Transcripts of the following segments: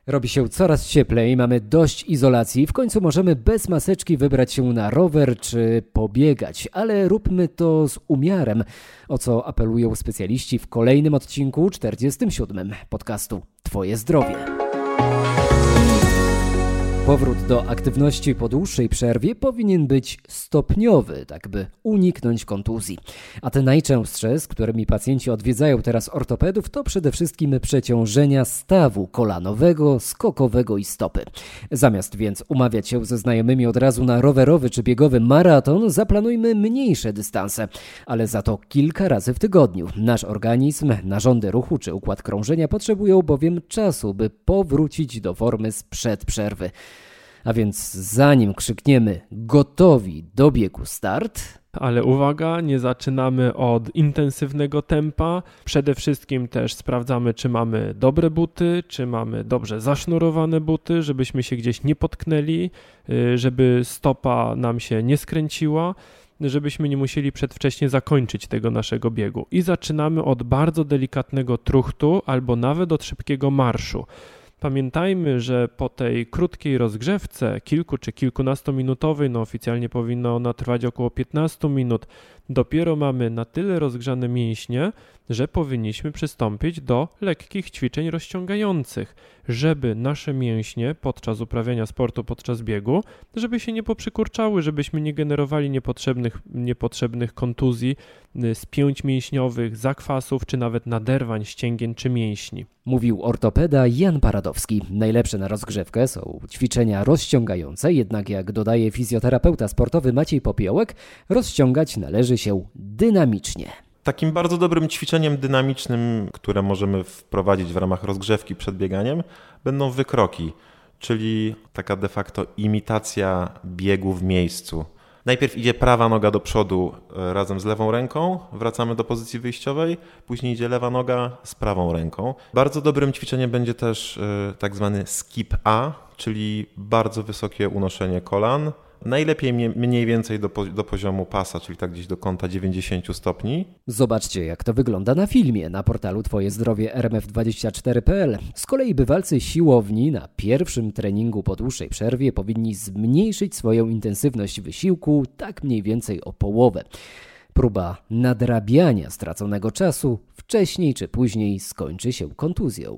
Robi się coraz cieplej, mamy dość izolacji, w końcu możemy bez maseczki wybrać się na rower czy pobiegać, ale róbmy to z umiarem, o co apelują specjaliści w kolejnym odcinku 47 podcastu Twoje zdrowie. Powrót do aktywności po dłuższej przerwie powinien być stopniowy, tak by uniknąć kontuzji. A te najczęstsze, z którymi pacjenci odwiedzają teraz ortopedów, to przede wszystkim przeciążenia stawu kolanowego, skokowego i stopy. Zamiast więc umawiać się ze znajomymi od razu na rowerowy czy biegowy maraton, zaplanujmy mniejsze dystanse, ale za to kilka razy w tygodniu. Nasz organizm, narządy ruchu czy układ krążenia potrzebują bowiem czasu, by powrócić do formy sprzed przerwy. A więc zanim krzykniemy gotowi do biegu start... Ale uwaga, nie zaczynamy od intensywnego tempa. Przede wszystkim też sprawdzamy, czy mamy dobre buty, czy mamy dobrze zasznurowane buty, żebyśmy się gdzieś nie potknęli, żeby stopa nam się nie skręciła, żebyśmy nie musieli przedwcześnie zakończyć tego naszego biegu. I zaczynamy od bardzo delikatnego truchtu albo nawet od szybkiego marszu. Pamiętajmy, że po tej krótkiej rozgrzewce, kilku czy kilkunastominutowej, oficjalnie powinna ona trwać około 15 minut, dopiero mamy na tyle rozgrzane mięśnie, że powinniśmy przystąpić do lekkich ćwiczeń rozciągających, żeby nasze mięśnie podczas uprawiania sportu, podczas biegu, żeby się nie poprzykurczały, żebyśmy nie generowali niepotrzebnych kontuzji, spięć mięśniowych, zakwasów, czy nawet naderwań ścięgien czy mięśni. Mówił ortopeda Jan Paradowski. Najlepsze na rozgrzewkę są ćwiczenia rozciągające, jednak jak dodaje fizjoterapeuta sportowy Maciej Popiołek, rozciągać należy się dynamicznie. Takim bardzo dobrym ćwiczeniem dynamicznym, które możemy wprowadzić w ramach rozgrzewki przed bieganiem, będą wykroki, czyli taka de facto imitacja biegu w miejscu. Najpierw idzie prawa noga do przodu razem z lewą ręką, wracamy do pozycji wyjściowej, później idzie lewa noga z prawą ręką. Bardzo dobrym ćwiczeniem będzie też tak zwany skip A, czyli bardzo wysokie unoszenie kolan. Najlepiej mniej więcej do poziomu pasa, czyli tak gdzieś do kąta 90 stopni. Zobaczcie, jak to wygląda na filmie na portalu Twoje Zdrowie rmf24.pl. Z kolei bywalcy siłowni na pierwszym treningu po dłuższej przerwie powinni zmniejszyć swoją intensywność wysiłku tak mniej więcej o połowę. Próba nadrabiania straconego czasu wcześniej czy później skończy się kontuzją.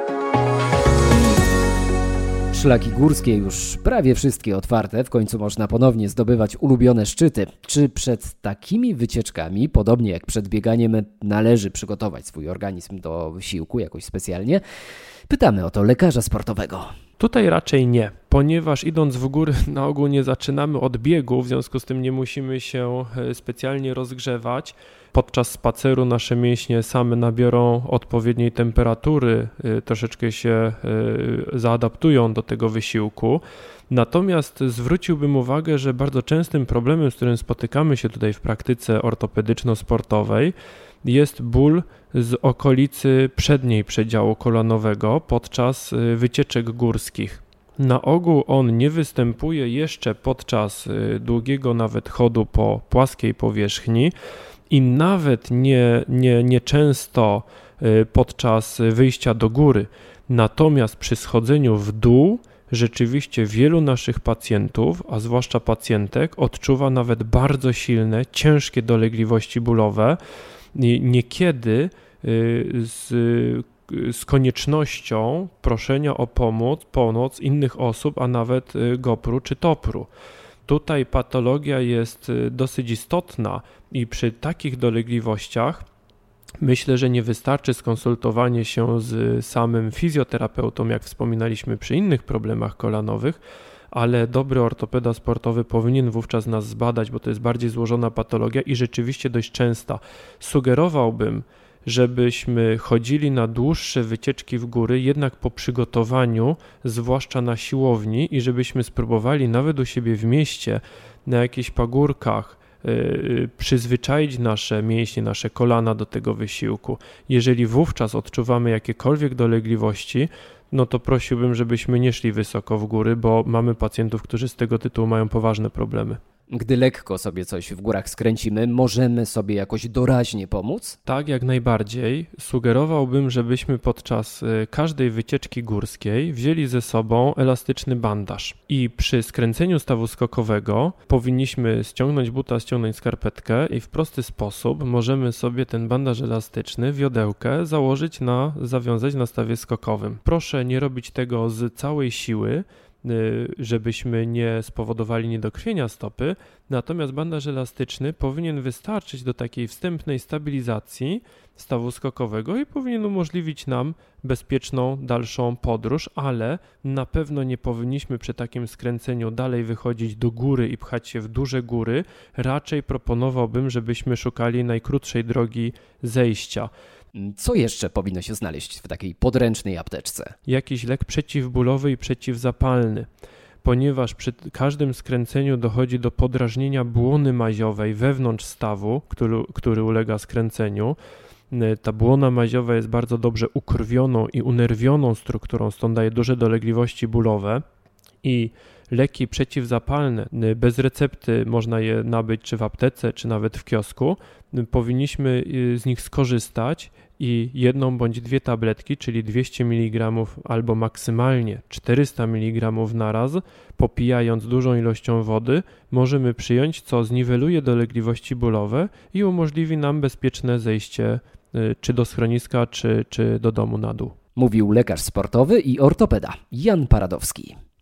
Szlaki górskie już prawie wszystkie otwarte, w końcu można ponownie zdobywać ulubione szczyty. Czy przed takimi wycieczkami, podobnie jak przed bieganiem, należy przygotować swój organizm do wysiłku jakoś specjalnie? Pytamy o to lekarza sportowego. Tutaj raczej nie, ponieważ idąc w góry na ogół nie zaczynamy od biegu, w związku z tym nie musimy się specjalnie rozgrzewać. Podczas spaceru nasze mięśnie same nabiorą odpowiedniej temperatury, troszeczkę się zaadaptują do tego wysiłku. Natomiast zwróciłbym uwagę, że bardzo częstym problemem, z którym spotykamy się tutaj w praktyce ortopedyczno-sportowej, jest ból z okolicy przedniej przedziału kolanowego podczas wycieczek górskich. Na ogół on nie występuje jeszcze podczas długiego nawet chodu po płaskiej powierzchni i nawet nie często podczas wyjścia do góry. Natomiast przy schodzeniu w dół rzeczywiście wielu naszych pacjentów, a zwłaszcza pacjentek, odczuwa nawet bardzo silne, ciężkie dolegliwości bólowe. Niekiedy z koniecznością proszenia o pomoc innych osób, a nawet GoPru czy TOPR-u. Tutaj patologia jest dosyć istotna i przy takich dolegliwościach myślę, że nie wystarczy skonsultowanie się z samym fizjoterapeutą, jak wspominaliśmy przy innych problemach kolanowych, ale dobry ortopeda sportowy powinien wówczas nas zbadać, bo to jest bardziej złożona patologia i rzeczywiście dość częsta. Sugerowałbym, żebyśmy chodzili na dłuższe wycieczki w góry, jednak po przygotowaniu, zwłaszcza na siłowni, i żebyśmy spróbowali nawet u siebie w mieście, na jakichś pagórkach, przyzwyczaić nasze mięśnie, nasze kolana do tego wysiłku. Jeżeli wówczas odczuwamy jakiekolwiek dolegliwości, no to prosiłbym, żebyśmy nie szli wysoko w góry, bo mamy pacjentów, którzy z tego tytułu mają poważne problemy. Gdy lekko sobie coś w górach skręcimy, możemy sobie jakoś doraźnie pomóc? Tak, jak najbardziej. Sugerowałbym, żebyśmy podczas każdej wycieczki górskiej wzięli ze sobą elastyczny bandaż. I przy skręceniu stawu skokowego powinniśmy ściągnąć buta, ściągnąć skarpetkę i w prosty sposób możemy sobie ten bandaż elastyczny, wiodełkę zawiązać na stawie skokowym. Proszę nie robić tego z całej siły, żebyśmy nie spowodowali niedokrwienia stopy, natomiast bandaż elastyczny powinien wystarczyć do takiej wstępnej stabilizacji stawu skokowego i powinien umożliwić nam bezpieczną dalszą podróż, ale na pewno nie powinniśmy przy takim skręceniu dalej wychodzić do góry i pchać się w duże góry. Raczej proponowałbym, żebyśmy szukali najkrótszej drogi zejścia. Co jeszcze powinno się znaleźć w takiej podręcznej apteczce? Jakiś lek przeciwbólowy i przeciwzapalny, ponieważ przy każdym skręceniu dochodzi do podrażnienia błony maziowej wewnątrz stawu, który ulega skręceniu. Ta błona maziowa jest bardzo dobrze ukrwioną i unerwioną strukturą, stąd daje duże dolegliwości bólowe i leki przeciwzapalne bez recepty można je nabyć czy w aptece, czy nawet w kiosku. Powinniśmy z nich skorzystać i 1 bądź 2 tabletki, czyli 200 mg albo maksymalnie 400 mg na raz, popijając dużą ilością wody, możemy przyjąć, co zniweluje dolegliwości bólowe i umożliwi nam bezpieczne zejście czy do schroniska, czy do domu na dół. Mówił lekarz sportowy i ortopeda Jan Paradowski.